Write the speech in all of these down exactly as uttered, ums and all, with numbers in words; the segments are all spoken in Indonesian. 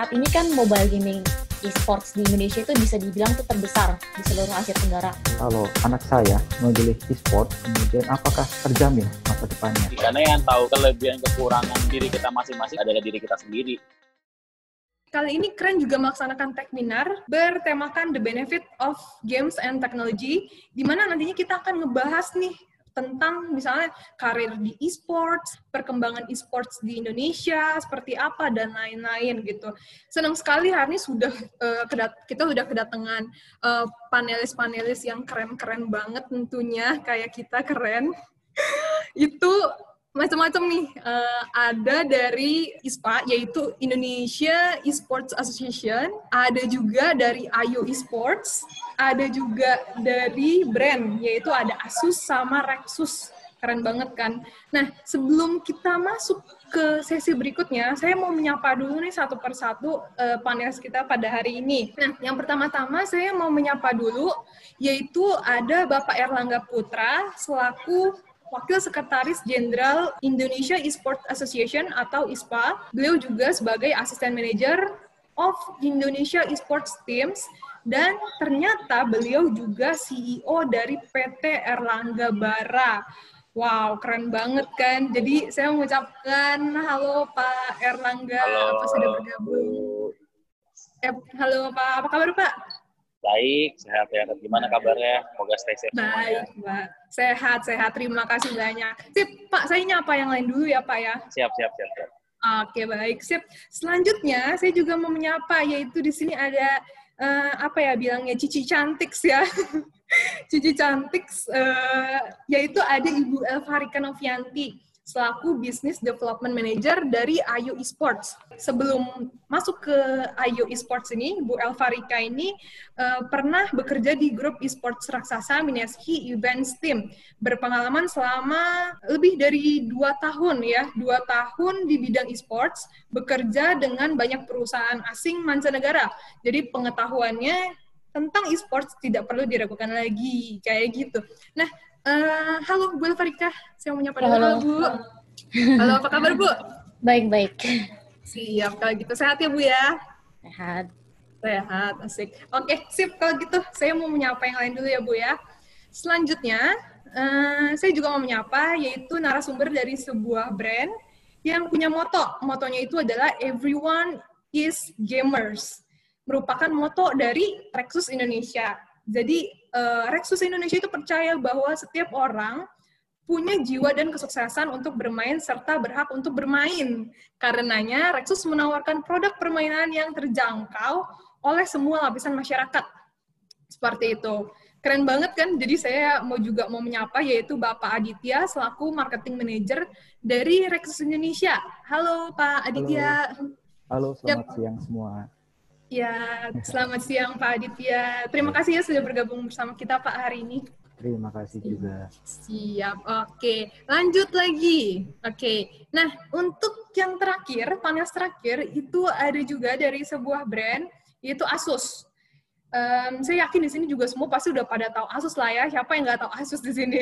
saat ini kan mobile gaming e-sports di Indonesia itu bisa dibilang tuh terbesar di seluruh Asia Tenggara. Kalau anak saya memilih e-sport, kemudian apakah terjamin masa depannya? Karena yang tahu kelebihan kekurangan diri kita masing-masing adalah diri kita sendiri. Kali ini Keren juga melaksanakan Techminar bertemakan The Benefit of Games and Technology, di mana nantinya kita akan ngebahas nih tentang misalnya karir di e-sports, perkembangan e-sports di Indonesia, seperti apa, dan lain-lain gitu. Senang sekali hari ini sudah uh, kedat- kita sudah kedatangan uh, panelis-panelis yang keren-keren banget tentunya, kayak kita keren. Itu macam-macam nih, uh, ada dari I S P A, yaitu Indonesia Esports Association, ada juga dari Ayo Esports, ada juga dari brand, yaitu ada Asus sama Rexus. Keren banget kan? Nah, sebelum kita masuk ke sesi berikutnya, saya mau menyapa dulu nih satu persatu uh, panelis kita pada hari ini. Nah, yang pertama-tama saya mau menyapa dulu, yaitu ada Bapak Erlangga Putra, selaku Wakil Sekretaris Jenderal Indonesia Esports Association atau I S P A. Beliau juga sebagai Asisten Manager of Indonesia Esports Teams, dan ternyata beliau juga C E O dari P T Erlangga Bara. Wow, keren banget kan? Jadi saya mengucapkan halo Pak Erlangga, Halo. apa sudah bergabung? Eh, halo Pak, apa kabar Pak? Baik, sehat ya. Gimana kabarnya? Semoga stay safe Baik, semuanya. Mbak. Sehat, sehat. Terima kasih banyak. Sip, Pak, saya nyapa yang lain dulu ya, Pak ya. Siap, siap, siap, siap. Oke, baik. Sip. Selanjutnya, saya juga mau menyapa, yaitu di sini ada, uh, apa ya bilangnya, Cici Cantik ya. Cici Cantik, uh, yaitu ada Ibu Elvarika Novianti, selaku Business Development Manager dari Ayo Esports. Sebelum masuk ke Ayo Esports ini, Bu Elvarika ini uh, pernah bekerja di grup esports raksasa Mineski Events Team, berpengalaman selama lebih dari dua tahun ya, dua tahun di bidang esports, bekerja dengan banyak perusahaan asing mancanegara. Jadi pengetahuannya tentang esports tidak perlu diragukan lagi, kayak gitu. Nah, Uh, halo Bu Elvarika, saya mau nyapa dulu. Halo Bu. Halo, apa kabar Bu? Baik-baik. Siap, kalau gitu sehat ya Bu ya? Sehat. Sehat, asik. Oke, sip, kalau gitu saya mau menyapa yang lain dulu ya Bu ya. Selanjutnya, uh, saya juga mau menyapa, yaitu narasumber dari sebuah brand yang punya moto. Motonya itu adalah Everyone is Gamers. Merupakan moto dari Rexus Indonesia. Jadi, uh, Rexus Indonesia itu percaya bahwa setiap orang punya jiwa dan kesuksesan untuk bermain serta berhak untuk bermain. Karenanya, Rexus menawarkan produk permainan yang terjangkau oleh semua lapisan masyarakat. Seperti itu. Keren banget kan? Jadi saya mau juga mau menyapa, yaitu Bapak Aditya, selaku Marketing Manager dari Rexus Indonesia. Halo Pak Aditya. Halo, Halo selamat Yep. siang semua. Ya, selamat siang Pak Aditya. Terima kasih ya sudah bergabung bersama kita Pak hari ini. Terima kasih juga. Siap, oke. Lanjut lagi. Oke, nah untuk yang terakhir, panelis terakhir, itu ada juga dari sebuah brand, yaitu Asus. Um, saya yakin di sini juga semua pasti udah pada tahu Asus lah ya. Siapa yang nggak tahu Asus di sini?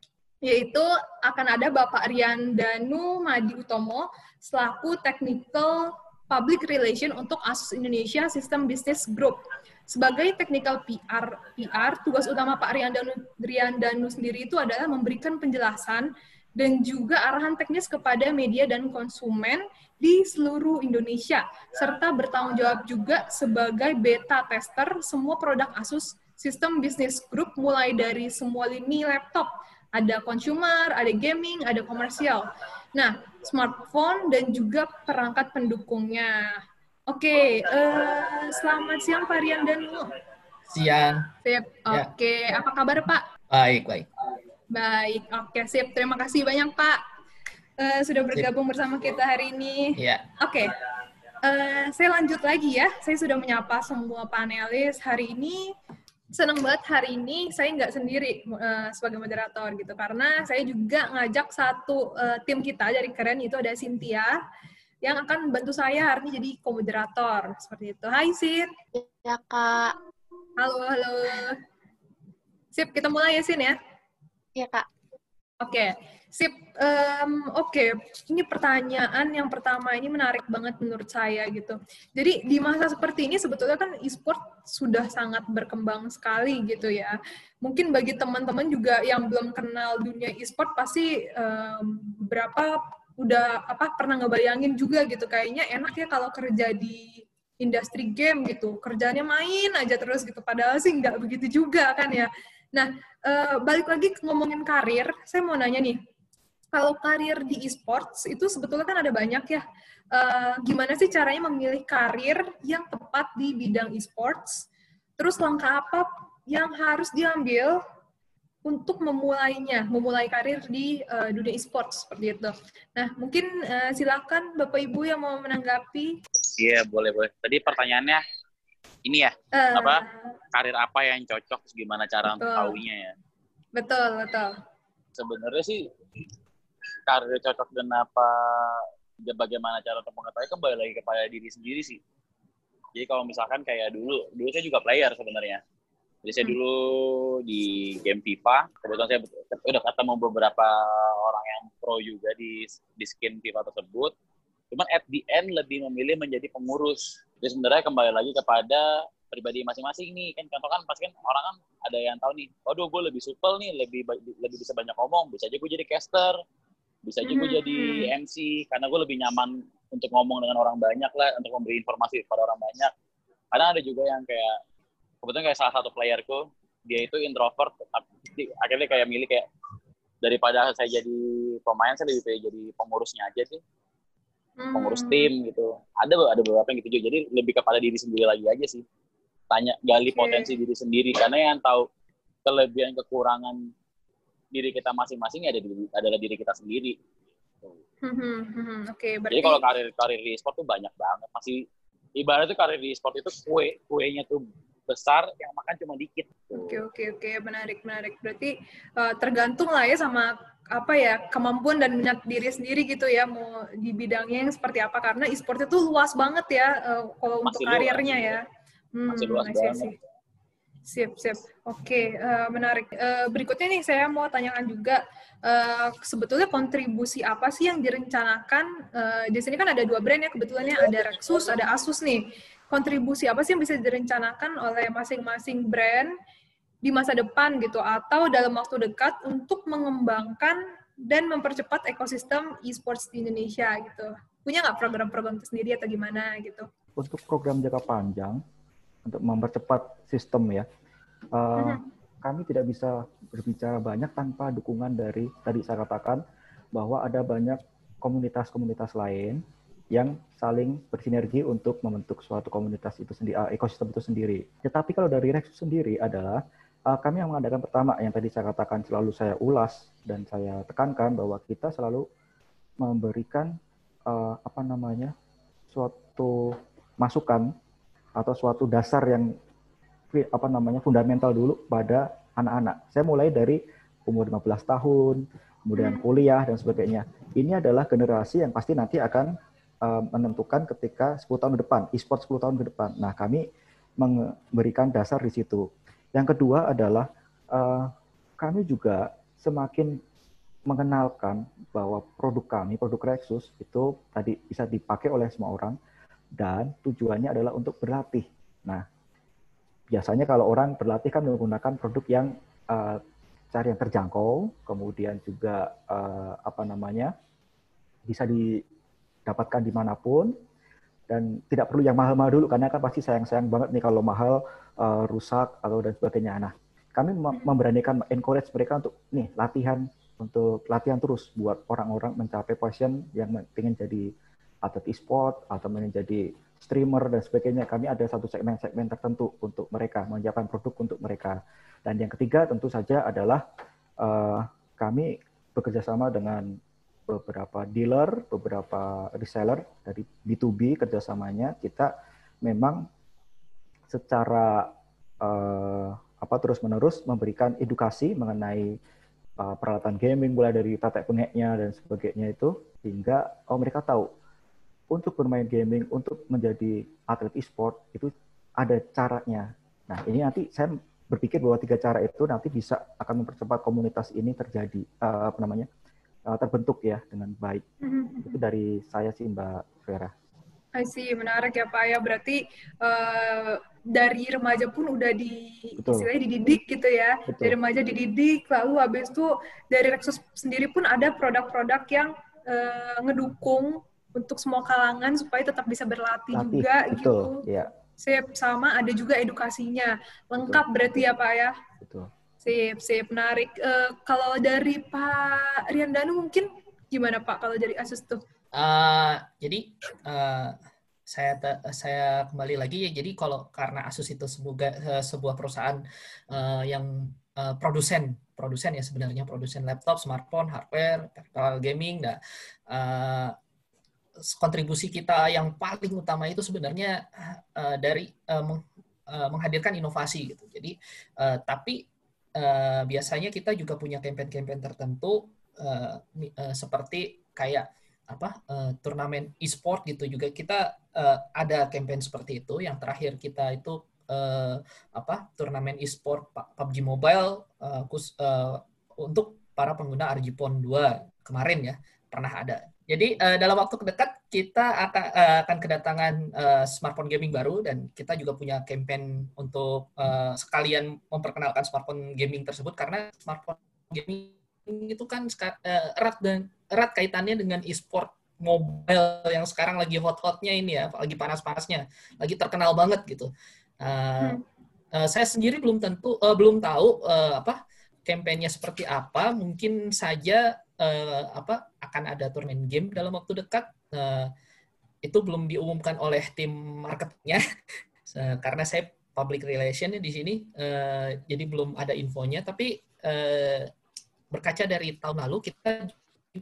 Yaitu akan ada Bapak Rian Danu Madi Utomo, selaku Technical Public Relation untuk Asus Indonesia System Business Group. Sebagai technical P R, P R, tugas utama Pak Rian Danu, Rian Danu sendiri itu adalah memberikan penjelasan dan juga arahan teknis kepada media dan konsumen di seluruh Indonesia, serta bertanggung jawab juga sebagai beta tester semua produk Asus System Business Group, mulai dari semua lini laptop, ada consumer, ada gaming, ada komersial. Nah, smartphone dan juga perangkat pendukungnya. Oke, uh, selamat siang Pak Rian Danu. Siang. Sip, oke. Okay. Ya. Apa kabar Pak? Baik, baik. Baik, oke okay, sip. Terima kasih banyak Pak uh, sudah bergabung sip. bersama kita hari ini. Iya. Oke, okay. uh, saya lanjut lagi ya. Saya sudah menyapa semua panelis hari ini. Senang banget hari ini saya nggak sendiri uh, sebagai moderator gitu, karena saya juga ngajak satu uh, tim kita dari Keren, itu ada Cynthia yang akan bantu saya hari ini jadi co-moderator seperti itu. Hai Sin. Ya Kak. Halo halo. Sip, kita mulai ya Sin ya. Iya Kak. Oke, sip. Em, Oke, ini pertanyaan yang pertama ini menarik banget menurut saya gitu. Jadi di masa seperti ini sebetulnya kan e-sport sudah sangat berkembang sekali gitu ya. Mungkin bagi teman-teman juga yang belum kenal dunia e-sport pasti em, beberapa udah apa pernah ngebayangin juga gitu, kayaknya enak ya kalau kerja di industri game gitu, kerjanya main aja terus gitu. Padahal sih nggak begitu juga kan ya. Nah, Uh, balik lagi ke ngomongin karir, saya mau nanya nih, kalau karir di e-sports itu sebetulnya kan ada banyak ya. Uh, gimana sih caranya memilih karir yang tepat di bidang e-sports? Terus langkah apa yang harus diambil untuk memulainya, memulai karir di uh, dunia e-sports seperti itu. Nah, mungkin uh, silakan Bapak Ibu yang mau menanggapi. Iya, boleh boleh. Tadi pertanyaannya ini ya, Uh, apa karir apa yang cocok, terus gimana cara untuk betul. tahunya ya? Betul, betul. Sebenarnya sih karir cocok dan apa, ya bagaimana cara untuk mengetahui kembali lagi kepada diri sendiri sih. Jadi kalau misalkan kayak dulu, dulu saya juga player sebenarnya. Jadi saya dulu di game FIFA, kebetulan saya udah ketemu beberapa orang yang pro juga di di skin FIFA tersebut. Cuman at the end lebih memilih menjadi pengurus. Jadi sebenarnya kembali lagi kepada pribadi masing-masing nih. Kan contoh kan pasti kan orang kan ada yang tahu nih, waduh gue lebih supel nih, lebih lebih bisa banyak ngomong, bisa aja gue jadi caster, bisa aja gue jadi M C, karena gue lebih nyaman untuk ngomong dengan orang banyak lah, untuk memberi informasi kepada orang banyak. Kadang ada juga yang kayak, kebetulan kayak salah satu playerku, dia itu introvert, tapi akhirnya kayak milih kayak, daripada saya jadi pemain, saya lebih pilih jadi pengurusnya aja sih. Pengurus tim gitu. Ada ada beberapa yang gitu juga. Jadi lebih kepada diri sendiri lagi aja sih. Tanya, gali potensi okay. diri sendiri. Karena yang tahu kelebihan kekurangan diri kita masing-masing ada di, adalah diri kita sendiri. Hmm, Oke, okay, berarti... Jadi kalau karir karir di e-sport tuh banyak banget. Masih ibaratnya karir di e-sport itu kue kuenya tuh besar, yang makan cuma dikit. Oke oke oke, menarik menarik. Berarti uh, tergantung lah ya sama apa ya kemampuan dan minat diri sendiri gitu ya, mau di bidangnya yang seperti apa, karena e-sport itu luas banget ya uh, kalau Masih untuk karirnya luas, ya. Hmm, Masih luas banget. Sip, sip. Oke, uh, menarik. Uh, berikutnya nih saya mau tanyakan juga, uh, sebetulnya kontribusi apa sih yang direncanakan? Uh, di sini kan ada dua brand ya, kebetulannya ada Rexus, ada Asus nih. Kontribusi apa sih yang bisa direncanakan oleh masing-masing brand di masa depan gitu, atau dalam waktu dekat untuk mengembangkan dan mempercepat ekosistem e-sports di Indonesia gitu? Punya nggak program-program tersendiri atau gimana gitu? Untuk program jangka panjang, untuk mempercepat sistem ya, uh, hmm. kami tidak bisa berbicara banyak tanpa dukungan dari, tadi saya katakan, bahwa ada banyak komunitas-komunitas lain yang saling bersinergi untuk membentuk suatu komunitas itu sendiri, uh, ekosistem itu sendiri. Tetapi kalau dari Rexus sendiri adalah, uh, kami yang mengadakan pertama, yang tadi saya katakan selalu saya ulas dan saya tekankan bahwa kita selalu memberikan uh, apa namanya suatu masukan atau suatu dasar yang apa namanya fundamental dulu pada anak-anak. Saya mulai dari umur lima belas tahun, kemudian kuliah dan sebagainya. Ini adalah generasi yang pasti nanti akan uh, menentukan ketika sepuluh tahun ke depan, e-sport sepuluh tahun ke depan. Nah, kami memberikan dasar di situ. Yang kedua adalah uh, kami juga semakin mengenalkan bahwa produk kami, produk Rexus itu tadi bisa dipakai oleh semua orang dan tujuannya adalah untuk berlatih. Nah, biasanya kalau orang berlatih kan menggunakan produk yang uh, cara yang terjangkau, kemudian juga uh, apa namanya bisa didapatkan dimanapun dan tidak perlu yang mahal-mahal dulu karena kan pasti sayang-sayang banget nih kalau mahal uh, rusak atau dan sebagainya. Nah, kami memberanikan encourage mereka untuk nih latihan untuk latihan terus buat orang-orang mencapai passion yang ingin jadi atlet e-sport atau menjadi streamer dan sebagainya. Kami ada satu segmen-segmen tertentu untuk mereka, menyiapkan produk untuk mereka. Dan yang ketiga tentu saja adalah uh, kami bekerja sama dengan beberapa dealer, beberapa reseller dari B to B kerjasamanya. Kita memang secara uh, apa terus-menerus memberikan edukasi mengenai uh, peralatan gaming, mulai dari tetek bengeknya dan sebagainya itu, hingga oh mereka tahu untuk bermain gaming, untuk menjadi atlet e-sport, itu ada caranya. Nah, ini nanti saya berpikir bahwa tiga cara itu nanti bisa akan mempercepat komunitas ini terjadi, uh, apa namanya, uh, terbentuk ya dengan baik. Itu dari saya sih Mbak Vera. I see, menarik ya Pak ya. Berarti uh, dari remaja pun udah di Betul. istilahnya dididik gitu ya. Betul. Dari remaja dididik, lalu habis itu dari Rexus sendiri pun ada produk-produk yang uh, ngedukung untuk semua kalangan supaya tetap bisa berlatih Latih, juga betul, gitu. Ya. Sip, sama ada juga edukasinya. Lengkap Betul. berarti ya Pak ya. Betul. Sip, sip, menarik. Uh, kalau dari Pak Riandanu mungkin gimana Pak kalau dari Asus tuh? Uh, jadi uh, saya saya kembali lagi ya. Jadi kalau karena Asus itu sebuah sebuah perusahaan uh, yang uh, produsen produsen ya sebenarnya produsen laptop, smartphone, hardware, peripheral gaming. Nah, uh, kontribusi kita yang paling utama itu sebenarnya uh, dari uh, meng, uh, menghadirkan inovasi gitu. Jadi uh, tapi uh, biasanya kita juga punya campaign-campaign tertentu uh, uh, seperti kayak apa uh, turnamen e-sport gitu juga kita uh, ada campaign seperti itu. Yang terakhir kita itu uh, apa turnamen e-sport P U B G Mobile uh, kus, uh, untuk para pengguna R G Phone dua kemarin ya pernah ada. Jadi uh, dalam waktu dekat kita akan uh, akan kedatangan uh, smartphone gaming baru dan kita juga punya campaign untuk uh, sekalian memperkenalkan smartphone gaming tersebut karena smartphone gaming itu kan uh, erat dan erat kaitannya dengan e-sport mobile yang sekarang lagi hot-hotnya ini ya, lagi panas-panasnya, lagi terkenal banget gitu. Uh, hmm. uh, saya sendiri belum tentu, uh, belum tahu uh, apa kampanye seperti apa. Mungkin saja uh, apa akan ada turnamen game dalam waktu dekat. Uh, itu belum diumumkan oleh tim marketingnya uh, karena saya public relation di sini, uh, jadi belum ada infonya. Tapi uh, berkaca dari tahun lalu kita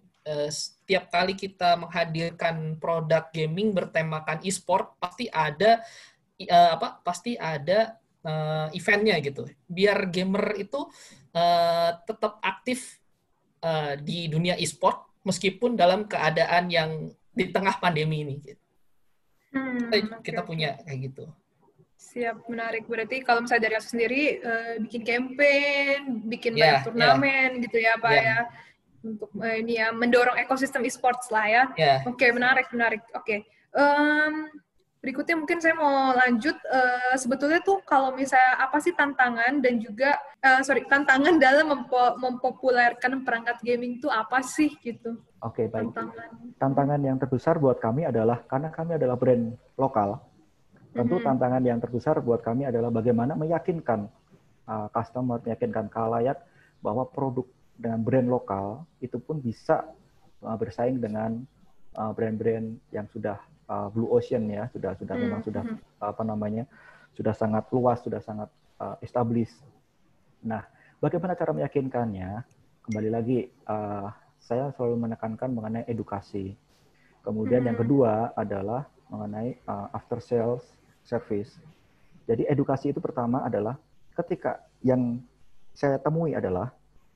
setiap kali kita menghadirkan produk gaming bertemakan e-sport pasti ada uh, apa pasti ada uh, eventnya gitu biar gamer itu uh, tetap aktif uh, di dunia e-sport meskipun dalam keadaan yang di tengah pandemi ini gitu. hmm, kita, okay, kita punya kayak gitu. Siap, menarik. Berarti kalau misalnya dari Asus sendiri uh, bikin campaign, bikin yeah, banyak turnamen yeah. gitu ya Pak yeah. ya. Untuk uh, ini ya mendorong ekosistem e-sports lah ya. Yeah. Oke, okay, menarik, menarik. Oke. Okay. Um, berikutnya mungkin saya mau lanjut. Uh, sebetulnya tuh kalau misalnya apa sih tantangan dan juga uh, sorry tantangan dalam mempo mempopulerkan perangkat gaming tuh apa sih gitu? Oke, okay, baik. Tantangan. Tantangan yang terbesar buat kami adalah karena kami adalah brand lokal. Tentu mm-hmm. tantangan yang terbesar buat kami adalah bagaimana meyakinkan uh, customer, meyakinkan khalayak bahwa produk dengan brand lokal itu pun bisa uh, bersaing dengan brand-brand uh, yang sudah uh, blue ocean ya, sudah sudah mm-hmm. memang sudah uh, apa namanya sudah sangat luas, sudah sangat uh, established. Nah, bagaimana cara meyakinkannya? Kembali lagi, uh, saya selalu menekankan mengenai edukasi. Kemudian mm-hmm. yang kedua adalah mengenai uh, after sales service. Jadi edukasi itu pertama adalah ketika yang saya temui adalah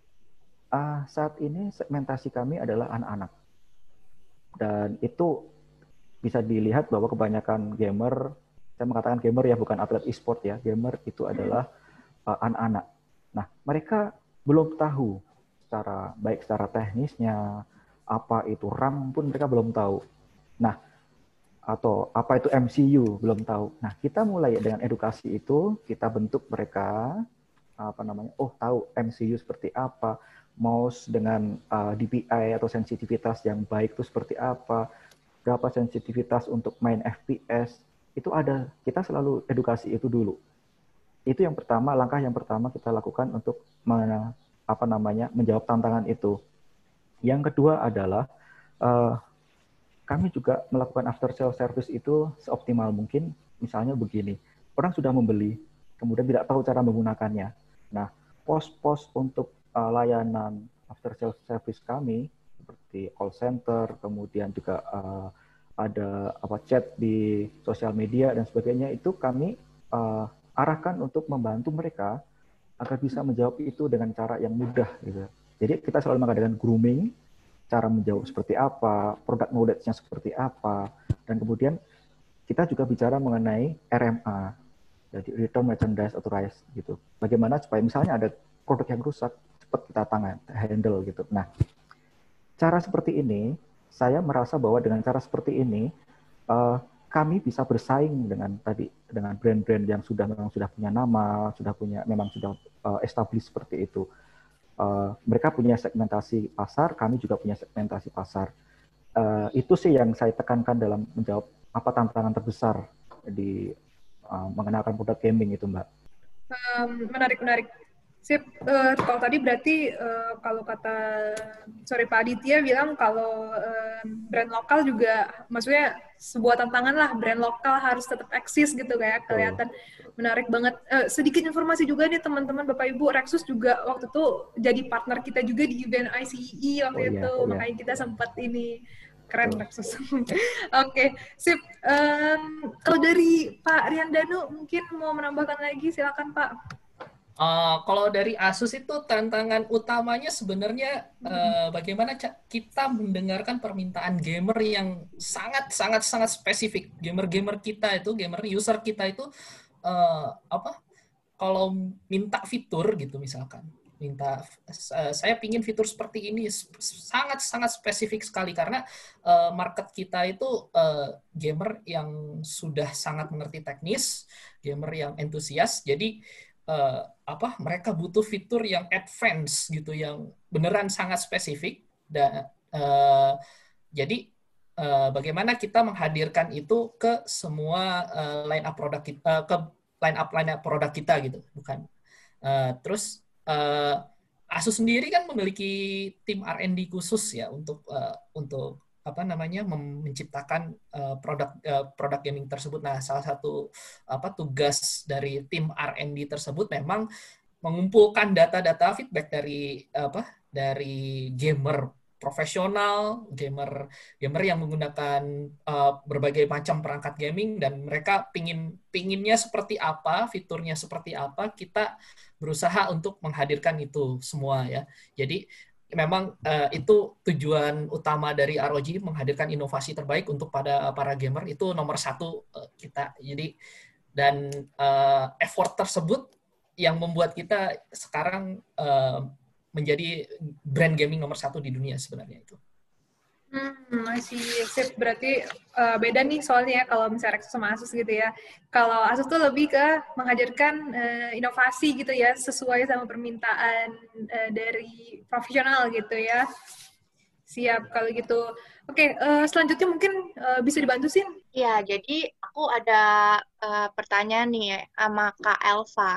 Uh, saat ini segmentasi kami adalah anak-anak. Dan itu bisa dilihat bahwa kebanyakan gamer, saya mengatakan gamer ya, bukan atlet e-sport ya, gamer itu adalah uh, anak-anak. Nah, mereka belum tahu secara baik secara teknisnya, apa itu RAM pun mereka belum tahu. Nah, atau apa itu M C U belum tahu. Nah, kita mulai dengan edukasi itu, kita bentuk mereka, apa namanya, oh tahu M C U seperti apa, mouse dengan uh, D P I atau sensitivitas yang baik itu seperti apa, berapa sensitivitas untuk main F P S, itu ada, kita selalu edukasi itu dulu. Itu yang pertama, langkah yang pertama kita lakukan untuk men, apa namanya, menjawab tantangan itu. Yang kedua adalah, uh, kami juga melakukan after sale service itu seoptimal mungkin, misalnya begini, orang sudah membeli, kemudian tidak tahu cara menggunakannya. Nah, pos-pos untuk Uh, layanan after sales service kami seperti call center, kemudian juga uh, ada apa chat di sosial media dan sebagainya, itu kami uh, arahkan untuk membantu mereka agar bisa menjawab itu dengan cara yang mudah gitu. Jadi kita selalu mengadakan grooming, cara menjawab seperti apa, product knowledge-nya seperti apa, dan kemudian kita juga bicara mengenai R M A. Jadi return merchandise authorized gitu. Bagaimana supaya misalnya ada produk yang rusak cepat kita tangan handle gitu. Nah, cara seperti ini saya merasa bahwa dengan cara seperti ini uh, kami bisa bersaing dengan tadi dengan brand-brand yang sudah memang sudah punya nama, sudah punya memang sudah uh, established seperti itu. Uh, mereka punya segmentasi pasar, kami juga punya segmentasi pasar. Uh, itu sih yang saya tekankan dalam menjawab apa tantangan terbesar di uh, mengenalkan produk gaming itu, Mbak. Um, menarik, menarik. Sip, uh, kalau tadi berarti uh, kalau kata, sorry Pak Aditya bilang kalau uh, brand lokal juga, maksudnya sebuah tantangan lah, brand lokal harus tetap eksis gitu kayak kelihatan menarik banget. Uh, sedikit informasi juga nih teman-teman, Bapak Ibu, Rexus juga waktu itu jadi partner kita juga di event I C E I waktu oh, itu, iya, makanya iya. kita sempat ini. Keren, Rexus. Oke, okay, sip. Um, kalau dari Pak Riandanu mungkin mau menambahkan lagi, silakan Pak. Uh, kalau dari Asus itu tantangan utamanya sebenarnya uh, bagaimana kita mendengarkan permintaan gamer yang sangat sangat sangat spesifik. Gamer-gamer kita itu, gamer user kita itu uh, apa? Kalau minta fitur gitu misalkan, minta uh, saya pingin fitur seperti ini, sangat sangat spesifik sekali karena uh, market kita itu uh, gamer yang sudah sangat mengerti teknis, gamer yang entusias. Jadi Uh, apa mereka butuh fitur yang advance gitu, yang beneran sangat spesifik. Dan uh, jadi uh, bagaimana kita menghadirkan itu ke semua uh, line up produk kita, uh, ke line up line up produk kita gitu, bukan. Uh, terus uh, Asus sendiri kan memiliki tim R and D khusus ya untuk uh, untuk apa namanya menciptakan uh, produk uh, produk gaming tersebut. Nah, salah satu apa tugas dari tim R and D tersebut memang mengumpulkan data-data feedback dari apa dari gamer profesional, gamer gamer yang menggunakan uh, berbagai macam perangkat gaming, dan mereka pingin pinginnya seperti apa, fiturnya seperti apa, kita berusaha untuk menghadirkan itu semua ya. Jadi memang uh, itu tujuan utama dari R O G, menghadirkan inovasi terbaik untuk pada para gamer, itu nomor satu uh, kita. Jadi dan uh, effort tersebut yang membuat kita sekarang uh, menjadi brand gaming nomor satu di dunia sebenarnya itu. Hmm, masih sip. Berarti uh, beda nih soalnya ya kalau misalnya Rexus sama Asus gitu ya. Kalau Asus tuh lebih ke menghadirkan uh, inovasi gitu ya, sesuai sama permintaan uh, dari profesional gitu ya. Siap kalau gitu. Oke, uh, selanjutnya mungkin uh, bisa dibantu Sin? Ya, jadi aku ada uh, pertanyaan nih sama Kak Elva.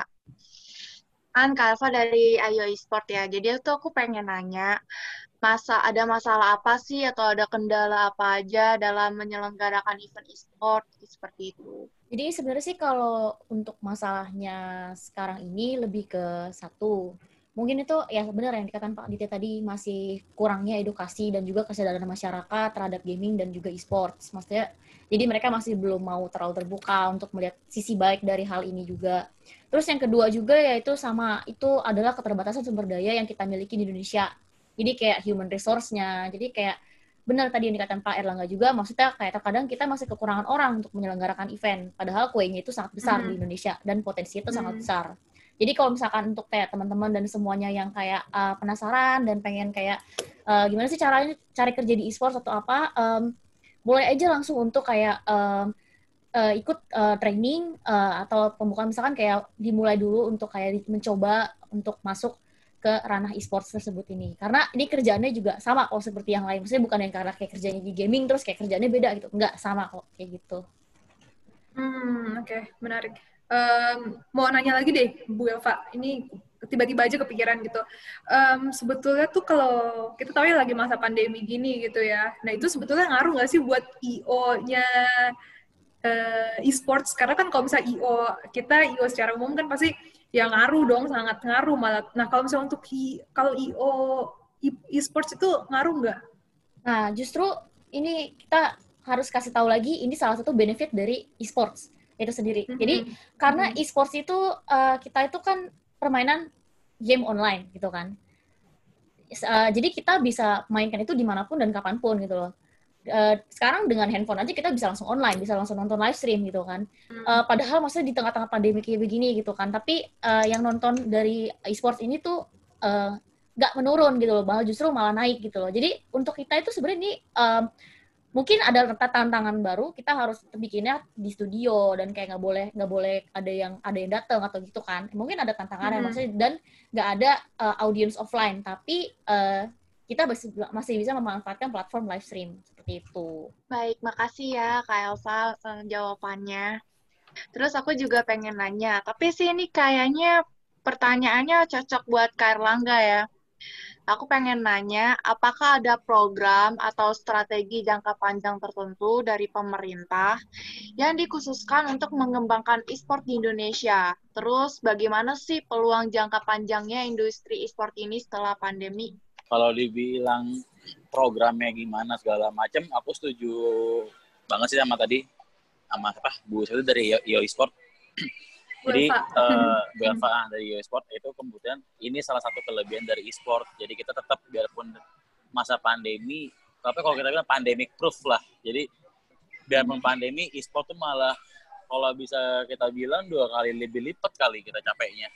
Kan Kak Elva dari Ayo Esport ya. Jadi itu aku pengen nanya, masa ada masalah apa sih atau ada kendala apa aja dalam menyelenggarakan event e-sport seperti itu? Jadi sebenarnya sih kalau untuk masalahnya sekarang ini lebih ke satu, mungkin itu ya benar yang dikatakan Pak Aditya tadi, masih kurangnya edukasi dan juga kesadaran masyarakat terhadap gaming dan juga e-sports. Maksudnya jadi mereka masih belum mau terlalu terbuka untuk melihat sisi baik dari hal ini juga. Terus yang kedua juga yaitu sama itu adalah keterbatasan sumber daya yang kita miliki di Indonesia. Jadi kayak human resource-nya, jadi kayak benar tadi yang dikatakan Pak Erlangga juga, maksudnya kayak terkadang kita masih kekurangan orang untuk menyelenggarakan event, padahal kuenya itu sangat besar mm-hmm. di Indonesia, dan potensinya itu mm-hmm. sangat besar. Jadi kalau misalkan untuk kayak teman-teman dan semuanya yang kayak uh, penasaran dan pengen kayak uh, gimana sih caranya cari kerja di e-sports atau apa, um, boleh aja langsung untuk kayak um, uh, ikut uh, training uh, atau pembukaan, misalkan kayak dimulai dulu untuk kayak mencoba untuk masuk ke ranah e-sports tersebut ini. Karena ini kerjaannya juga sama kok seperti yang lain. Maksudnya bukan yang karena kayak kerjanya di gaming terus kayak kerjaannya beda gitu. Enggak, sama kok kayak gitu. Hmm, oke. Okay. Menarik. Um, mau nanya lagi deh, Bu Elva. Ini tiba-tiba aja kepikiran gitu. Um, sebetulnya tuh kalau kita tahu ya lagi masa pandemi gini gitu ya. Nah itu sebetulnya ngaruh nggak sih buat I O-nya uh, e-sports? Karena kan kalau misalnya I O, kita I O secara umum kan pasti ya ngaruh dong, sangat ngaruh malah. Nah, kalau misalnya untuk I, kalau I O e-sports itu ngaruh nggak? Nah, justru ini kita harus kasih tahu lagi, ini salah satu benefit dari e-sports itu sendiri. Mm-hmm. Jadi, karena mm-hmm. e-sports itu, uh, kita itu kan permainan game online gitu kan. Uh, jadi kita bisa mainkan itu dimanapun dan kapanpun gitu loh. Uh, sekarang dengan handphone aja kita bisa langsung online, bisa langsung nonton live stream gitu kan. Uh, padahal maksudnya di tengah-tengah pandemi kayak begini gitu kan. Tapi uh, yang nonton dari e-sports ini tuh uh, nggak menurun gitu loh, malah justru malah naik gitu loh. Jadi untuk kita itu sebenarnya ini um, mungkin ada tantangan baru, kita harus bikinnya di studio dan kayak nggak boleh nggak boleh ada yang ada yang datang atau gitu kan. Mungkin ada tantangannya Mm-hmm. maksudnya, dan nggak ada uh, audience offline, tapi uh, kita masih bisa memanfaatkan platform live stream seperti itu. Baik, makasih ya Kak Elsa uh, jawabannya. Terus aku juga pengen nanya, tapi sih ini kayaknya pertanyaannya cocok buat Kak Erlangga ya. Aku pengen nanya, apakah ada program atau strategi jangka panjang tertentu dari pemerintah yang dikhususkan untuk mengembangkan e-sport di Indonesia? Terus bagaimana sih peluang jangka panjangnya industri e-sport ini setelah pandemi? Kalau dibilang programnya gimana segala macam, aku setuju banget sih sama tadi sama apa Bu itu dari I O E-Sport. Jadi uh, Bu Elva dari I O E-Sport itu kemudian ini salah satu kelebihan dari e-sport. Jadi kita tetap biarpun masa pandemi, tapi kalau kita bilang pandemic proof lah. Jadi biarpun pandemi, e-sport tuh malah kalau bisa kita bilang dua kali lebih lipat kali kita capeknya.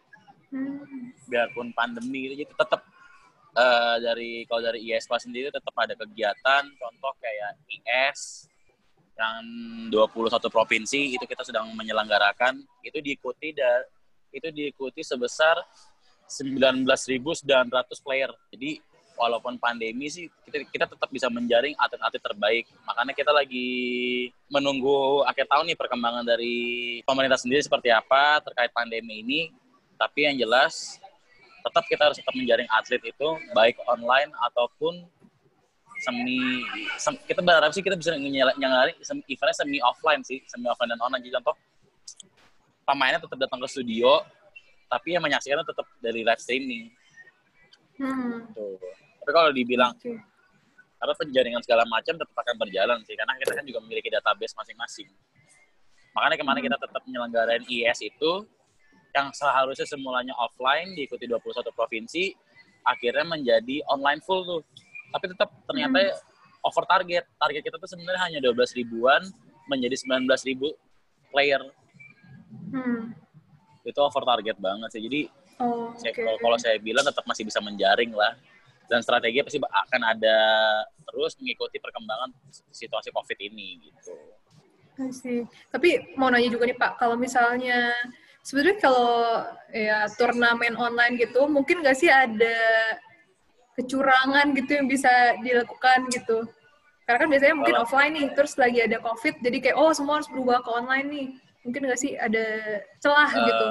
Biarpun pandemi gitu, jadi tetap Uh, dari kalau dari I S P A sendiri tetap ada kegiatan, contoh kayak I S yang dua puluh satu provinsi itu kita sedang menyelenggarakan, itu diikuti da, itu diikuti sebesar sembilan belas ribu sembilan ratus player. Jadi walaupun pandemi sih kita, kita tetap bisa menjaring atlet-atlet terbaik. Makanya kita lagi menunggu akhir tahun nih perkembangan dari pemerintah sendiri seperti apa terkait pandemi ini. Tapi yang jelas tetap kita harus tetap menjaring atlet itu baik online ataupun semi, sem, kita berharap sih kita bisa nyengari eventnya semi offline sih, semi offline dan online. Jadi contoh pemainnya tetap datang ke studio, tapi yang menyaksikannya tetap dari live streaming. Hmm. Tuh. Tapi kalau dibilang okay. karena penjaringan segala macam tetap akan berjalan sih, karena kita kan juga memiliki database masing-masing. Makanya kemana hmm. kita tetap menyelenggarain I S itu yang seharusnya semulanya offline diikuti dua puluh satu provinsi, akhirnya menjadi online full tuh. Tapi tetap ternyata hmm. over target. Target kita tuh sebenarnya hanya dua belas ribuan menjadi sembilan belas ribu player. Hmm. Itu over target banget sih. Jadi oh, saya, okay. kalau, kalau saya bilang tetap masih bisa menjaring lah. Dan strategi pasti akan ada terus mengikuti perkembangan situasi COVID ini gitu. Sih. Tapi mau nanya juga nih Pak, kalau misalnya sebenarnya kalau ya turnamen online gitu, mungkin nggak sih ada kecurangan gitu yang bisa dilakukan gitu? Karena kan biasanya mungkin Walau. offline nih, terus lagi ada COVID, jadi kayak oh semua harus berubah ke online nih. Mungkin nggak sih ada celah uh, gitu?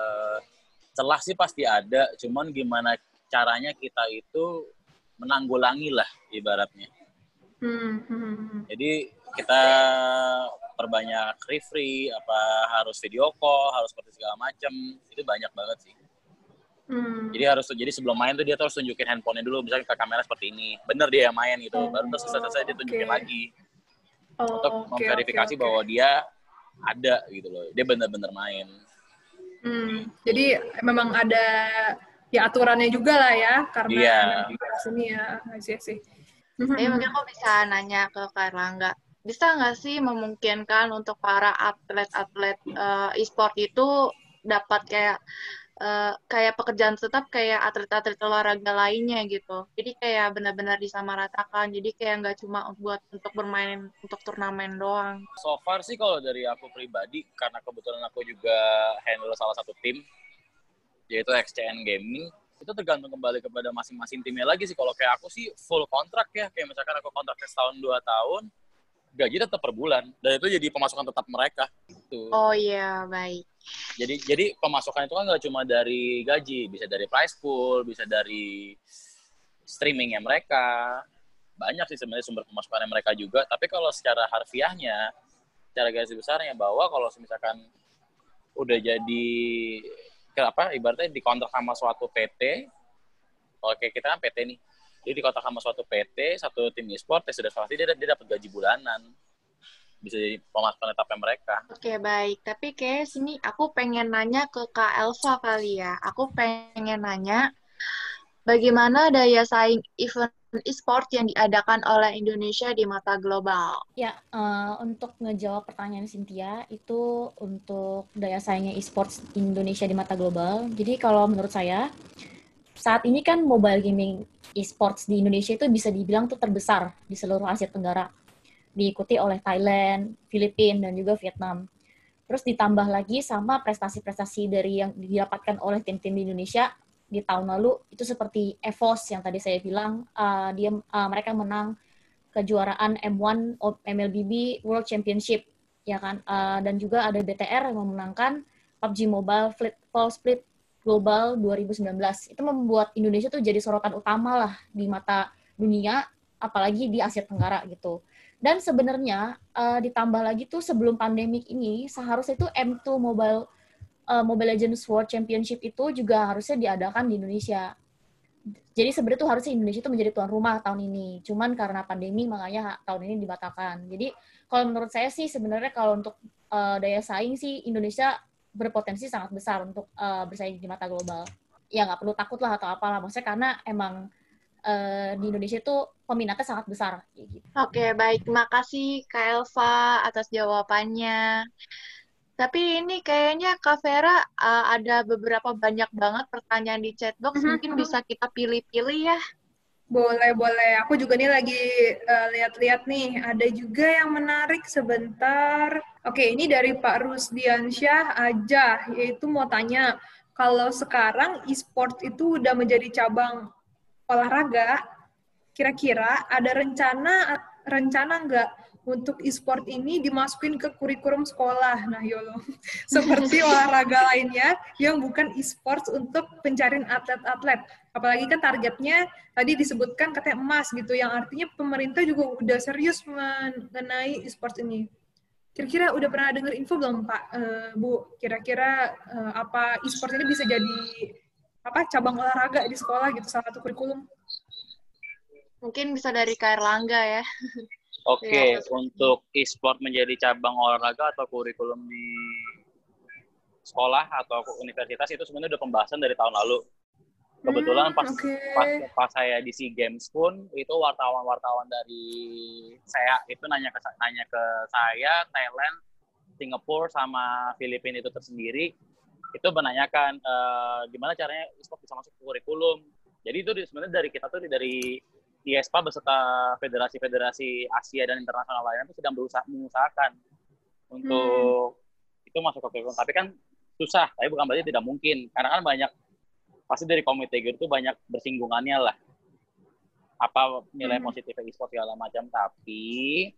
Celah sih pasti ada, cuman gimana caranya kita itu menanggulangi lah ibaratnya. Hmm, hmm. Jadi kita perbanyak referee, apa harus video call, harus seperti segala macam, itu banyak banget sih. Hmm. Jadi harus jadi sebelum main tuh dia tuh harus tunjukin handphonenya dulu, misalnya ke kamera seperti ini, bener dia yang main gitu, oh, baru terus selesai dia tunjukin okay. lagi oh, untuk okay, memverifikasi okay, okay. bahwa dia ada gitu loh, dia bener-bener main. Hmm. Jadi memang ada ya aturannya juga lah ya, karena yeah. sini ya, sih sih. Jadi mungkin aku bisa nanya ke Kak Erlangga, bisa nggak sih memungkinkan untuk para atlet-atlet uh, e-sport itu dapat kayak uh, kayak pekerjaan tetap kayak atlet-atlet olahraga lainnya gitu. Jadi kayak benar-benar disamaratakan. Jadi kayak nggak cuma buat untuk bermain untuk turnamen doang. So far sih kalau dari aku pribadi, karena kebetulan aku juga handle salah satu tim, yaitu X C N Gaming, itu tergantung kembali kepada masing-masing timnya lagi sih. Kalau kayak aku sih full kontrak ya, kayak misalkan aku kontraknya setahun dua tahun, gaji tetap per bulan, dan itu jadi pemasukan tetap mereka. Gitu. Oh iya, baik. Jadi jadi pemasukan itu kan nggak cuma dari gaji, bisa dari prize pool, bisa dari streamingnya mereka, banyak sih sebenarnya sumber pemasukannya mereka juga. Tapi kalau secara harfiahnya, secara garis besarnya bahwa kalau misalkan udah jadi apa ibaratnya dikontrak sama suatu P T, kalau kayak kita kan P T nih, jadi dikontrak sama suatu P T, satu tim e-sport, ya sudah pasti dia, dia dapat gaji bulanan, bisa jadi pemasukan tetapnya mereka. Oke, baik. Tapi kayak sini aku pengen nanya ke Kak Elva kali ya. Aku pengen nanya, bagaimana daya saing event e-sport yang diadakan oleh Indonesia di mata global? Ya, uh, untuk ngejawab pertanyaan Cynthia, itu untuk daya saingnya e-sports Indonesia di mata global. Jadi kalau menurut saya, saat ini kan mobile gaming e-sports di Indonesia itu bisa dibilang tuh terbesar di seluruh Asia Tenggara. Diikuti oleh Thailand, Filipina, dan juga Vietnam. Terus ditambah lagi sama prestasi-prestasi dari yang didapatkan oleh tim-tim di Indonesia di tahun lalu, itu seperti EVOS yang tadi saya bilang, uh, dia uh, mereka menang kejuaraan M satu M L B B World Championship, ya kan, uh, dan juga ada B T R yang memenangkan P U B G Mobile Fall Split Global dua ribu sembilan belas. Itu membuat Indonesia tuh jadi sorotan utama lah di mata dunia, apalagi di Asia Tenggara gitu. Dan sebenarnya uh, ditambah lagi tuh sebelum pandemik ini, seharusnya itu M dua Mobile uh, Mobile Legends World Championship itu juga harusnya diadakan di Indonesia. Jadi sebenarnya tuh harusnya Indonesia itu menjadi tuan rumah tahun ini. Cuman karena pandemi makanya tahun ini dibatalkan. Jadi kalau menurut saya sih sebenarnya kalau untuk uh, daya saing sih Indonesia berpotensi sangat besar untuk uh, bersaing di mata global. Ya nggak perlu takut lah atau apalah. Maksudnya karena emang uh, di Indonesia itu peminatnya sangat besar. Gitu. Oke, baik. Terima kasih Kak Elva atas jawabannya. Tapi ini kayaknya Kak Vera uh, ada beberapa banyak banget pertanyaan di chatbox. Mungkin bisa kita pilih-pilih ya. Boleh, boleh. Aku juga nih lagi uh, lihat-lihat nih. Ada juga yang menarik sebentar. Oke, ini dari Pak Rusdiansyah aja. Yaitu mau tanya, kalau sekarang e-sport itu udah menjadi cabang olahraga, kira-kira ada rencana rencana nggak untuk e-sport ini dimasukin ke kurikulum sekolah? Nah, Yolo, seperti olahraga lainnya yang bukan e-sports untuk pencarian atlet-atlet. Apalagi kan targetnya tadi disebutkan katanya emas gitu, yang artinya pemerintah juga udah serius mengenai e-sports ini. Kira-kira udah pernah dengar info belum, Pak, uh, Bu? Kira-kira uh, apa e-sport ini bisa jadi apa cabang olahraga di sekolah gitu, salah satu kurikulum? Mungkin bisa dari Kak Erlangga ya. Oke, okay, ya. Untuk e-sport menjadi cabang olahraga atau kurikulum di sekolah atau universitas itu sebenarnya udah pembahasan dari tahun lalu. Kebetulan pas, hmm, okay. pas pas saya di SEA Games pun itu wartawan-wartawan dari saya itu nanya ke nanya ke saya, Thailand, Singapura sama Filipina itu tersendiri itu menanyakan e, gimana caranya e-sport bisa masuk ke kurikulum. Jadi itu sebenarnya dari kita tuh dari I E S P A beserta federasi-federasi Asia dan internasional lainnya itu sedang berusaha mengusahakan untuk hmm. itu masuk ke kurikulum. Tapi kan susah, tapi bukan berarti tidak mungkin. Karena kan banyak, pasti dari komite itu banyak bersinggungannya lah. Apa nilai hmm. positifnya e-sport segala macam. Tapi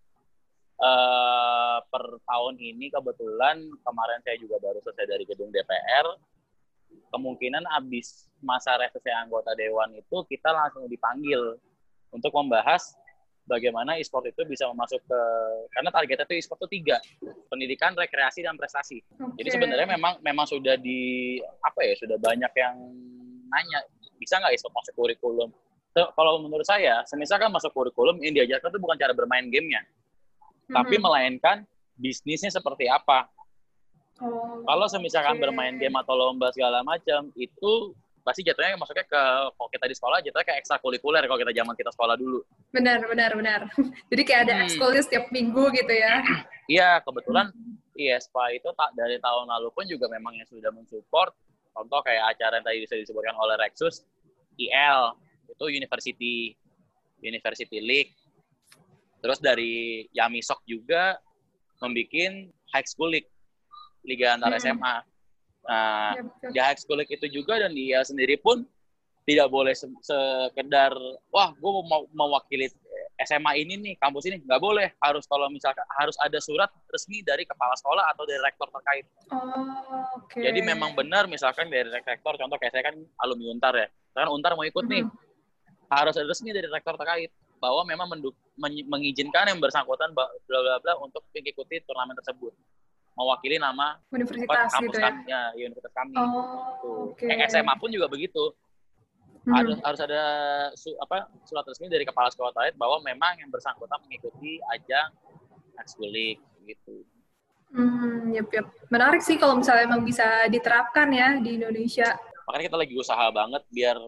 uh, per tahun ini kebetulan kemarin saya juga baru selesai dari gedung D P R. Kemungkinan abis masa reses anggota Dewan itu kita langsung dipanggil untuk membahas bagaimana e-sport itu bisa masuk ke, karena targetnya itu e-sport itu tiga, pendidikan, rekreasi, dan prestasi. Okay. Jadi sebenarnya memang memang sudah di, apa ya, sudah banyak yang nanya, bisa nggak e-sport masuk kurikulum? So, kalau menurut saya, semisalkan masuk kurikulum, yang diajarkan itu bukan cara bermain gamenya, mm-hmm. tapi melainkan bisnisnya seperti apa. Oh, kalau semisalkan okay. bermain game atau lomba segala macam, itu pasti jatuhnya masuknya ke, kalau kita di sekolah jatuhnya kayak ekstrakurikuler kalau kita zaman kita sekolah dulu. Benar, benar, benar. Jadi kayak ada hmm. ekskulnya setiap minggu gitu ya. Iya, kebetulan I E S P A itu tak dari tahun lalu pun juga memang yang sudah mensupport. Contoh kayak acara yang tadi bisa disebutkan oleh Rexus, I L, itu University, University League. Terus dari Yamisok juga membuat High School League, Liga Antar hmm. S M A. Nah, ya, di High School League itu juga dan dia sendiri pun tidak boleh se- sekedar, wah, gue mau mewakili S M A ini nih, kampus ini. Nggak boleh. Harus kalau misalkan, harus ada surat resmi dari kepala sekolah atau dari rektor terkait. Oh, okay. Jadi memang benar, misalkan dari rektor, contoh kayak saya kan alumni Untar ya. Kan Untar mau ikut nih. Mm-hmm. Harus ada resmi dari rektor terkait. Bahwa memang menduk- men- mengizinkan yang bersangkutan bla bla bla untuk mengikuti turnamen tersebut. Mewakili nama universitas kampus gitu ya? Kami, ya, universitas kami. Oh, gitu. Okay. Kayak S M A pun juga begitu. Hmm. Harus harus ada su, apa surat resmi dari kepala sekolah terkait bahwa memang yang bersangkutan mengikuti ajang High School League gitu. Hmm, yep, yep. Menarik sih kalau misalnya emang bisa diterapkan ya di Indonesia. Makanya kita lagi usaha banget biar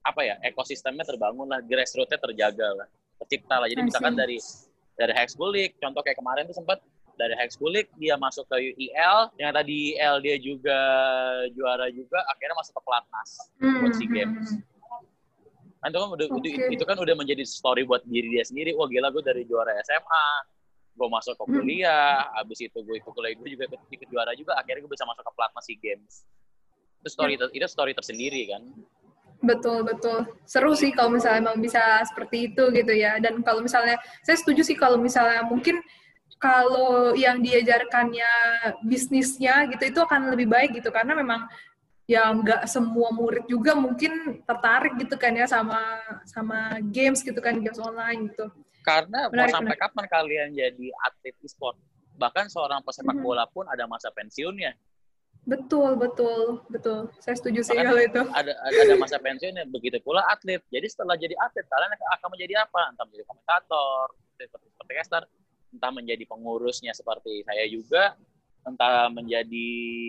apa ya, ekosistemnya terbangun lah, grassroots-nya terjaga lah, tercipta lah. Jadi misalkan dari dari high school league, contoh kayak kemarin tuh sempat dari high school league dia masuk ke U E L, yang tadi U E L dia juga juara juga, akhirnya masuk ke pelatnas hmm. buat SEA Games. Kan itu kan udah okay. itu kan udah menjadi story buat diri dia sendiri. Wah gila, gue dari juara S M A, gue masuk ke kuliah, hmm. abis itu gue ikut kuliah gue juga ikut juara juga, akhirnya gue bisa masuk ke pelatnas SEA Games. Itu story hmm. itu story tersendiri kan. Betul, betul. Seru sih kalau misalnya emang bisa seperti itu gitu ya. Dan kalau misalnya, saya setuju sih kalau misalnya mungkin kalau yang diajarkannya bisnisnya gitu, itu akan lebih baik gitu. Karena memang ya nggak semua murid juga mungkin tertarik gitu kan ya sama sama games gitu kan, games online gitu. Karena menarik, mau sampai menarik. Kapan kalian jadi atlet e-sport? Bahkan seorang pesepak hmm. bola pun ada masa pensiunnya. Betul, betul, betul. Saya setuju sih kalau itu. Ada ada masa pensiunnya, begitu pula atlet. Jadi setelah jadi atlet, kalian akan menjadi apa? Entah menjadi komentator, seperti podcaster, entah menjadi pengurusnya seperti saya juga, entah menjadi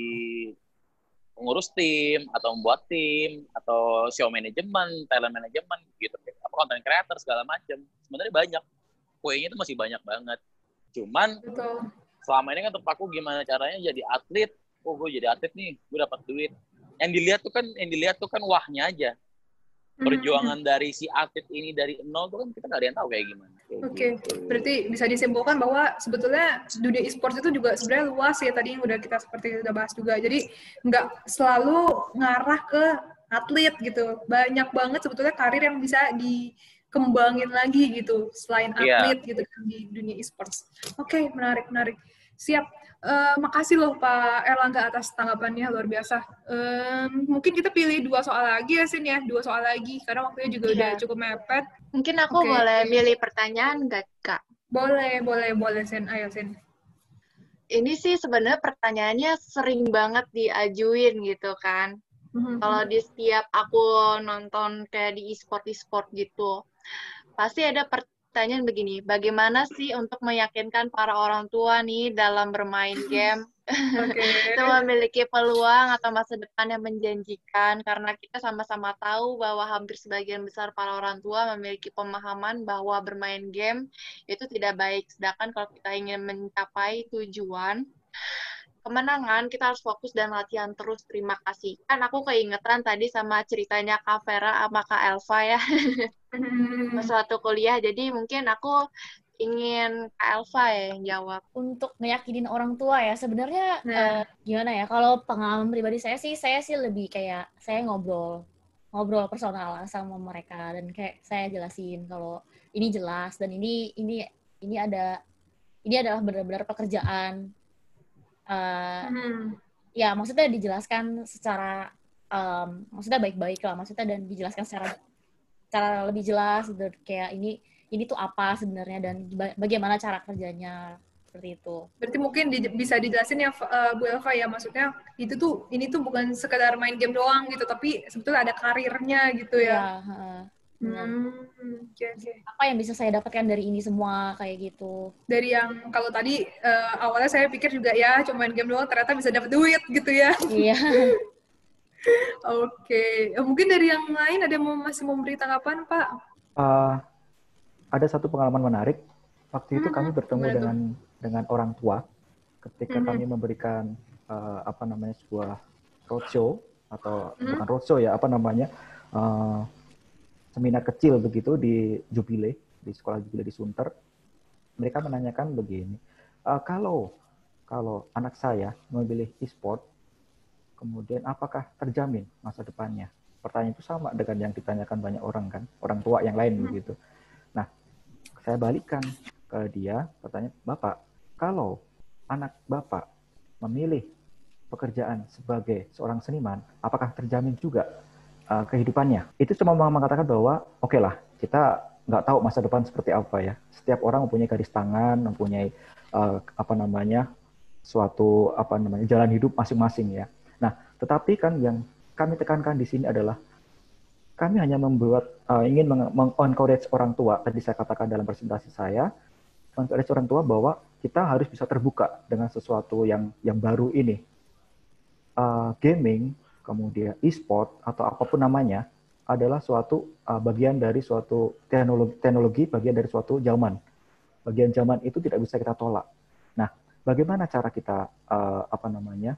pengurus tim, atau membuat tim, atau show manajemen, talent manajemen, gitu. Apa content creator, segala macam. Sebenarnya banyak. Kuenya itu masih banyak banget. Cuman, betul. Selama ini kan terpaku gimana caranya jadi atlet. Oh, gue jadi atlet nih, gue dapat duit. Yang dilihat tuh kan, yang dilihat tuh kan wahnya aja. Perjuangan mm-hmm. dari si atlet ini dari nol tuh kan kita nggak ada yang tahu kayak gimana. Oke, okay. gitu. Berarti bisa disimpulkan bahwa sebetulnya dunia e-sports itu juga sebenarnya luas ya, tadi yang udah kita seperti udah bahas juga. Jadi nggak selalu ngarah ke atlet gitu. Banyak banget sebetulnya karir yang bisa dikembangin lagi gitu selain atlet yeah. gitu di dunia e-sports. Oke, okay, menarik, menarik. Siap. Uh, makasih loh Pak Erlangga atas tanggapannya, luar biasa. Um, mungkin kita pilih dua soal lagi ya, Sin ya, dua soal lagi, karena waktunya juga yeah. udah cukup mepet. Mungkin aku okay. boleh pilih pertanyaan nggak, Kak? Boleh, boleh, boleh, Sin. Ayo, Sin. Ini sih sebenarnya pertanyaannya sering banget diajuin gitu kan. Mm-hmm. Kalau di setiap aku nonton kayak di e-sport, e-sport gitu, pasti ada pertanyaan Pertanyaan begini, bagaimana sih untuk meyakinkan para orang tua nih dalam bermain game okay. memiliki peluang atau masa depan yang menjanjikan, karena kita sama-sama tahu bahwa hampir sebagian besar para orang tua memiliki pemahaman bahwa bermain game itu tidak baik, sedangkan kalau kita ingin mencapai tujuan kemenangan, kita harus fokus dan latihan terus. Terima kasih. Kan aku keingetan tadi sama ceritanya Kak Vera sama Kak Elva ya. Suatu kuliah, jadi mungkin aku ingin Kak Elva ya yang jawab. Untuk ngeyakinin orang tua ya, sebenarnya nah. uh, gimana ya, kalau pengalaman pribadi saya sih, saya sih lebih kayak, saya ngobrol, ngobrol personal sama mereka, dan kayak saya jelasin kalau ini jelas, dan ini ini ini ada, ini adalah benar-benar pekerjaan. Uh, hmm. Ya maksudnya dijelaskan secara um, maksudnya baik-baik lah, maksudnya dan dijelaskan secara secara lebih jelas gitu, kayak ini ini tuh apa sebenarnya dan bagaimana cara kerjanya, seperti itu. Berarti mungkin di, bisa dijelasin ya uh, Bu Elva ya, maksudnya itu tuh ini tuh bukan sekedar main game doang gitu, tapi sebetulnya ada karirnya gitu ya. Ya uh, Hmm, okay, okay. Apa yang bisa saya dapatkan dari ini semua kayak gitu? Dari yang kalau tadi uh, awalnya saya pikir juga ya cuma main game doang, ternyata bisa dapat duit gitu ya. Iya. Oke, okay. Mungkin dari yang lain ada yang mau, masih mau memberi tanggapan Pak? Uh, ada satu pengalaman menarik. Waktu itu hmm, kami bertemu dengan itu? dengan orang tua ketika hmm. kami memberikan uh, apa namanya sebuah roadshow atau hmm. bukan roadshow ya apa namanya. Uh, seminar kecil begitu di Jubile, di sekolah Jubile di Sunter. Mereka menanyakan begini, e, kalau kalau anak saya memilih e-sport, kemudian apakah terjamin masa depannya? Pertanyaan itu sama dengan yang ditanyakan banyak orang kan, orang tua yang lain hmm. begitu. Nah, saya balikkan ke dia, pertanyaan, Bapak, kalau anak Bapak memilih pekerjaan sebagai seorang seniman, apakah terjamin juga Uh, kehidupannya? Itu cuma mengatakan bahwa oke okay lah, kita nggak tahu masa depan seperti apa ya. Setiap orang mempunyai garis tangan, mempunyai uh, apa namanya suatu apa namanya jalan hidup masing-masing ya. Nah, tetapi kan yang kami tekankan di sini adalah kami hanya membuat uh, ingin meng-encourage orang tua. Tadi saya katakan dalam presentasi saya, encourage orang tua bahwa kita harus bisa terbuka dengan sesuatu yang yang baru ini. Uh, gaming kemudian e-sport atau apapun namanya, adalah suatu uh, bagian dari suatu teknologi, teknologi, bagian dari suatu zaman. Bagian zaman itu tidak bisa kita tolak. Nah, bagaimana cara kita uh, apa namanya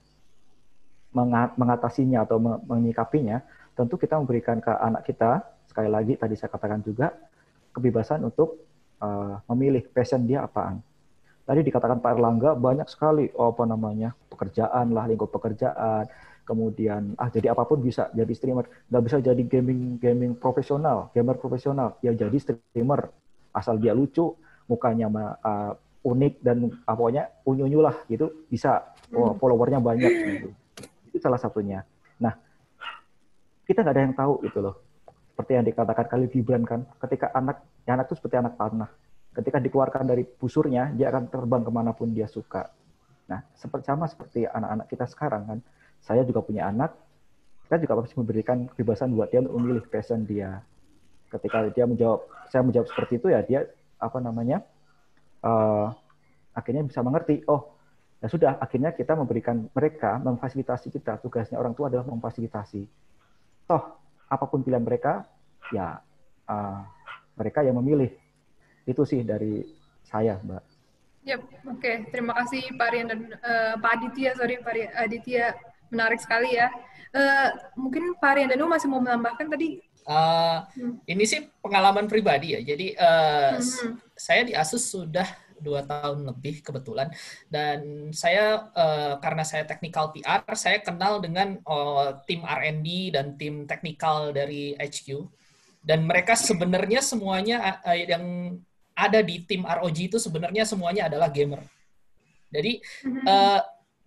mengatasinya atau menyikapinya? Tentu kita memberikan ke anak kita, sekali lagi tadi saya katakan juga, kebebasan untuk uh, memilih passion dia apaan. Tadi dikatakan Pak Erlangga banyak sekali oh, apa namanya pekerjaan lah, lingkup pekerjaan, kemudian ah jadi apapun bisa jadi streamer, nggak bisa jadi gaming gaming profesional, gamer profesional, ya jadi streamer asal dia lucu, mukanya uh, unik dan uh, pokoknya unyu-unyu lah gitu bisa, oh, followernya banyak gitu. Itu salah satunya. Nah kita nggak ada yang tahu itu loh. Seperti yang dikatakan Khalil Gibran kan, ketika anak, ya anak itu seperti anak panah. Ketika dikeluarkan dari busurnya, dia akan terbang kemanapun dia suka. Nah, seperti sama seperti anak-anak kita sekarang kan. Saya juga punya anak, kita juga harus memberikan kebebasan buat dia untuk memilih passion dia. Ketika dia menjawab, saya menjawab seperti itu ya, dia apa namanya, uh, akhirnya bisa mengerti. Oh, ya sudah. Akhirnya kita memberikan mereka, memfasilitasi kita. Tugasnya orang tua adalah memfasilitasi. Toh, apapun pilihan mereka, ya uh, mereka yang memilih. Itu sih dari saya, Mbak. Yap, oke. Okay. Terima kasih Pak Rian dan uh, Pak Aditya, sorry Pak Aditya, menarik sekali ya. Uh, mungkin Pak Rian dan Danu masih mau menambahkan tadi? Uh, hmm. Ini sih pengalaman pribadi ya. Jadi uh, hmm. saya di Asus sudah dua tahun lebih kebetulan, dan saya uh, karena saya technical P R, saya kenal dengan uh, tim R and D dan tim teknikal dari H Q, dan mereka sebenarnya semuanya uh, yang ada di tim R O G itu sebenarnya semuanya adalah gamer. Jadi uh,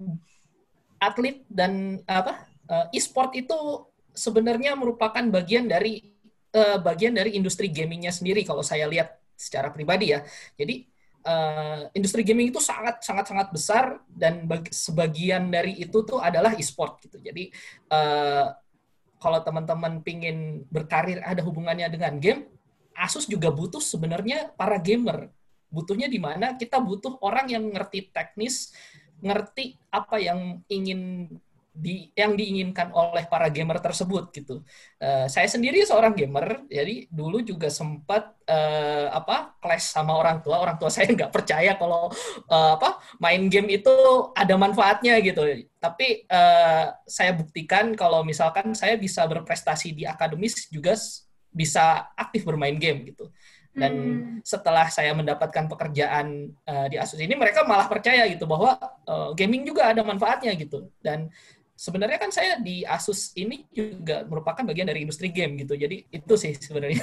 atlet dan apa uh, e-sport itu sebenarnya merupakan bagian dari uh, bagian dari industri gamingnya sendiri kalau saya lihat secara pribadi ya. Jadi uh, industri gaming itu sangat sangat sangat besar, dan bagi, sebagian dari itu tuh adalah e-sport gitu. Jadi uh, kalau teman-teman pingin berkarir ada hubungannya dengan game, Asus juga butuh sebenarnya para gamer. Butuhnya di mana kita butuh orang yang ngerti teknis, ngerti apa yang ingin di yang diinginkan oleh para gamer tersebut gitu. Uh, saya sendiri seorang gamer, jadi dulu juga sempat uh, apa clash sama orang tua. Orang tua saya nggak percaya kalau uh, apa main game itu ada manfaatnya gitu. Tapi uh, saya buktikan kalau misalkan saya bisa berprestasi di akademis juga bisa aktif bermain game gitu. Dan hmm. setelah saya mendapatkan pekerjaan uh, di Asus ini, mereka malah percaya gitu bahwa uh, gaming juga ada manfaatnya gitu. Dan sebenarnya kan saya di Asus ini juga merupakan bagian dari industri game gitu. Jadi itu sih sebenarnya.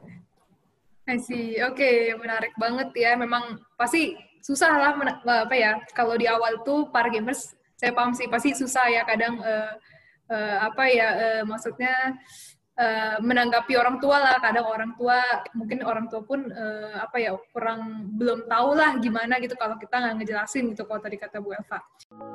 I see. Oke, okay, menarik banget ya. Memang pasti susah lah apa ya. Kalau di awal tuh para gamers, saya paham sih pasti susah ya kadang uh, uh, apa ya uh, maksudnya Uh, menanggapi orang tua lah. Kadang orang tua, mungkin orang tua pun uh, apa ya kurang belum tahu lah gimana gitu kalau kita nggak ngejelasin gitu kalau tadi kata Bu Elva.